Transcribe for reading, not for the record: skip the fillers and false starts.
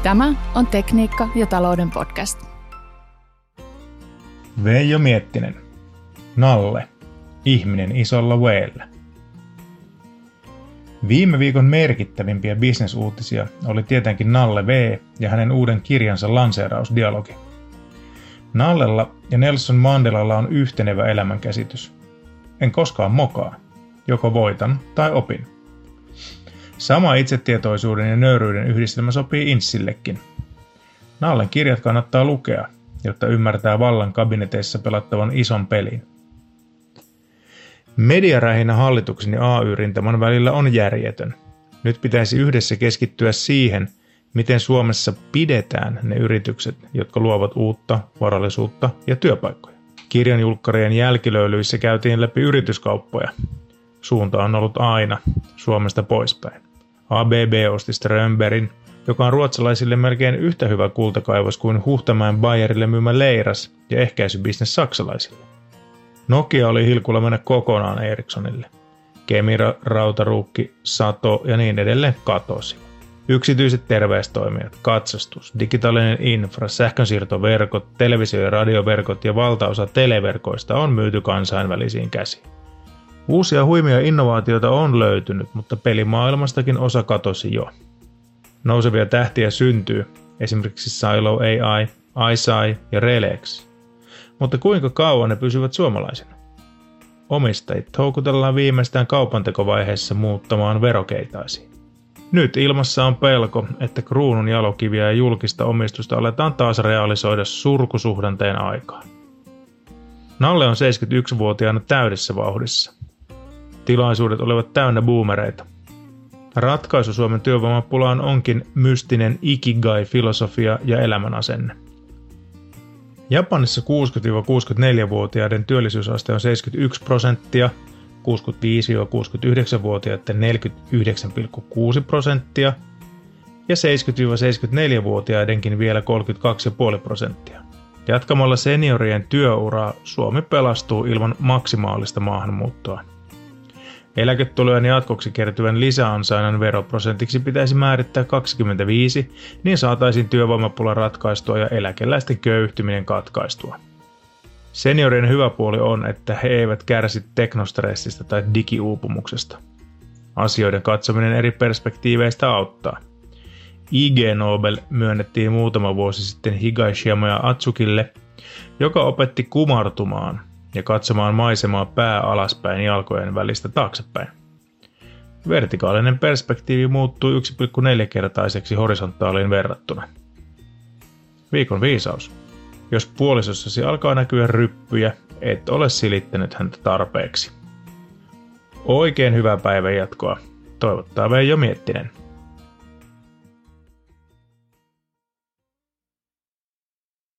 Tämä on Tekniikka ja talouden podcast. Veijo Miettinen. Nalle. Ihminen isolla V:llä. Viime viikon merkittävimpiä bisnesuutisia oli tietenkin Nalle V ja hänen uuden kirjansa lanseerausdialogi. Nallella ja Nelson Mandelalla on yhtenevä elämänkäsitys. En koskaan mokaa. Joko voitan tai opin. Sama itsetietoisuuden ja nöyryyden yhdistelmä sopii Inssillekin. Nallen kirjat kannattaa lukea, jotta ymmärtää vallan kabineteissa pelattavan ison pelin. Mediarähinä hallituksen ja AY-rintaman välillä on järjetön. Nyt pitäisi yhdessä keskittyä siihen, miten Suomessa pidetään ne yritykset, jotka luovat uutta, varallisuutta ja työpaikkoja. Kirjanjulkkarien jälkilöylyissä käytiin läpi yrityskauppoja. Suunta on ollut aina Suomesta poispäin. ABB osti Strömbergin, joka on ruotsalaisille melkein yhtä hyvä kultakaivos kuin Huhtamäen Bayerille myymä Leiras ja ehkäisybisnes saksalaisille. Nokia oli hilkulla mennä kokonaan Ericssonille. Kemira, Rautaruukki, Sato ja niin edelleen katosi. Yksityiset terveystoimijat, katsastus, digitaalinen infra, sähkönsiirtoverkot, televisio- ja radioverkot ja valtaosa televerkoista on myyty kansainvälisiin käsiin. Uusia huimia innovaatioita on löytynyt, mutta pelimaailmastakin osa katosi jo. Nousevia tähtiä syntyy, esimerkiksi Silo AI, iSci ja Relex. Mutta kuinka kauan ne pysyvät suomalaisina? Omistajat houkutellaan viimeistään kaupantekovaiheessa muuttamaan verokeitaisiin. Nyt ilmassa on pelko, että kruunun jalokiviä ja julkista omistusta aletaan taas realisoida surkusuhdanteen aikaan. Nalle on 71-vuotiaana täydessä vauhdissa. Tilaisuudet olivat täynnä boomereita. Ratkaisu Suomen työvoimapulaan onkin mystinen ikigai-filosofia ja elämänasenne. Japanissa 60-64-vuotiaiden työllisyysaste on 71%, 65-69-vuotiaiden 49,6% ja 70-74-vuotiaidenkin vielä 32,5%. Jatkamalla seniorien työuraa Suomi pelastuu ilman maksimaalista maahanmuuttoa. Eläketulojen jatkoksi kertyvän lisäansainnan veroprosentiksi pitäisi määrittää 25, niin saataisiin työvoimapula ratkaistua ja eläkeläisten köyhtyminen katkaistua. Seniorien hyvä puoli on, että he eivät kärsi teknostressistä tai digiuupumuksesta. Asioiden katsominen eri perspektiiveistä auttaa. IG Nobel myönnettiin muutama vuosi sitten Higashiyama ja Atsukille, joka opetti kumartumaan ja katsomaan maisemaa pää alaspäin jalkojen välistä taaksepäin. Vertikaalinen perspektiivi muuttuu 1,4-kertaiseksi horisontaaliin verrattuna. Viikon viisaus. Jos puolisossasi alkaa näkyä ryppyjä, et ole silittänyt häntä tarpeeksi. Oikein hyvää päivänjatkoa. Toivottaa Veijo Miettinen.